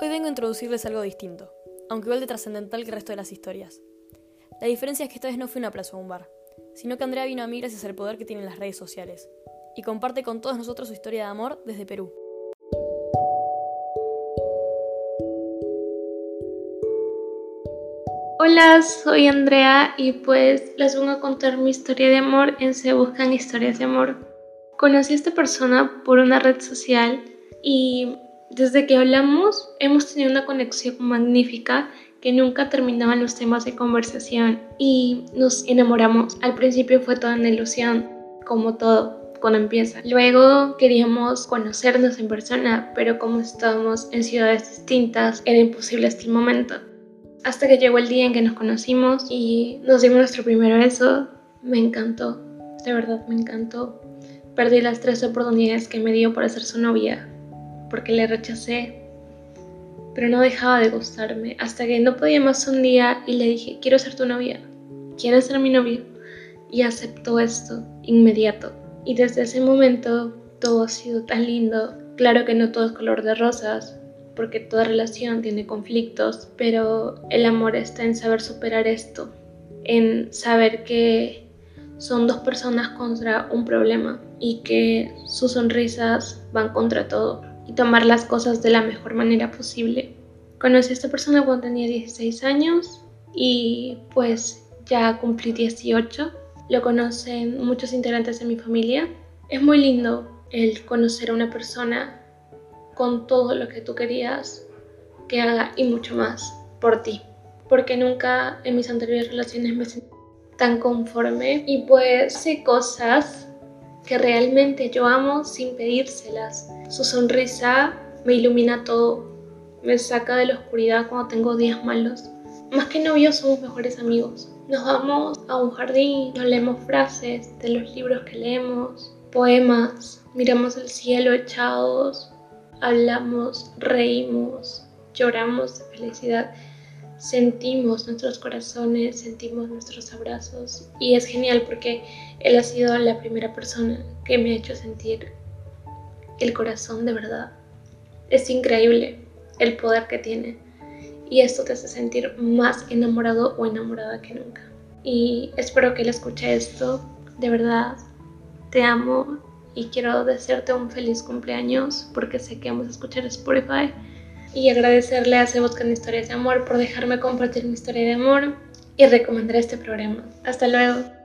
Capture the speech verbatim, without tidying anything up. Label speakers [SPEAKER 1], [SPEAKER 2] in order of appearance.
[SPEAKER 1] vengo a introducirles algo distinto, aunque igual de trascendental que el resto de las historias. La diferencia es que esta vez no fue un aplauso a un bar, sino que Andrea vino a mí gracias al poder que tienen las redes sociales, y comparte con todos nosotros su historia de amor desde Perú.
[SPEAKER 2] Hola, soy Andrea y pues les vengo a contar mi historia de amor en Se Buscan Historias de Amor. Conocí a esta persona por una red social y desde que hablamos hemos tenido una conexión magnífica que nunca terminaban los temas de conversación y nos enamoramos. Al principio fue toda una ilusión, como todo cuando empieza. Luego queríamos conocernos en persona, pero como estábamos en ciudades distintas era imposible hasta el momento. Hasta que llegó el día en que nos conocimos y nos dimos nuestro primer beso. Me encantó, de verdad me encantó. Perdí las tres oportunidades que me dio para ser su novia, porque le rechacé, pero no dejaba de gustarme, hasta que no podía más un día y le dije, quiero ser tu novia, ¿quieres ser mi novio? Y aceptó esto, inmediato. Y desde ese momento todo ha sido tan lindo. Claro que no todo es color de rosas, porque toda relación tiene conflictos, pero el amor está en saber superar esto, en saber que son dos personas contra un problema y que sus sonrisas van contra todo y tomar las cosas de la mejor manera posible. Conocí a esta persona cuando tenía dieciséis años y pues ya cumplí dieciocho. Lo conocen muchos integrantes de mi familia. Es muy lindo el conocer a una persona con todo lo que tú querías que haga y mucho más por ti, porque nunca en mis anteriores relaciones me sentí tan conforme y pues sé cosas que realmente yo amo sin pedírselas. Su sonrisa me ilumina todo, me saca de la oscuridad cuando tengo días malos. Más que novios somos mejores amigos. Nos vamos a un jardín, nos leemos frases de los libros que leemos, poemas, miramos el cielo echados, hablamos, reímos, lloramos de felicidad, sentimos nuestros corazones, sentimos nuestros abrazos y es genial porque él ha sido la primera persona que me ha hecho sentir el corazón de verdad. Es increíble el poder que tiene y esto te hace sentir más enamorado o enamorada que nunca. Y espero que él escuche esto, de verdad, te amo. Y quiero desearte un feliz cumpleaños porque sé que vamos a escuchar Spotify. Y agradecerle a Se Buscan Historias de Amor por dejarme compartir mi historia de amor y recomendar este programa. Hasta luego.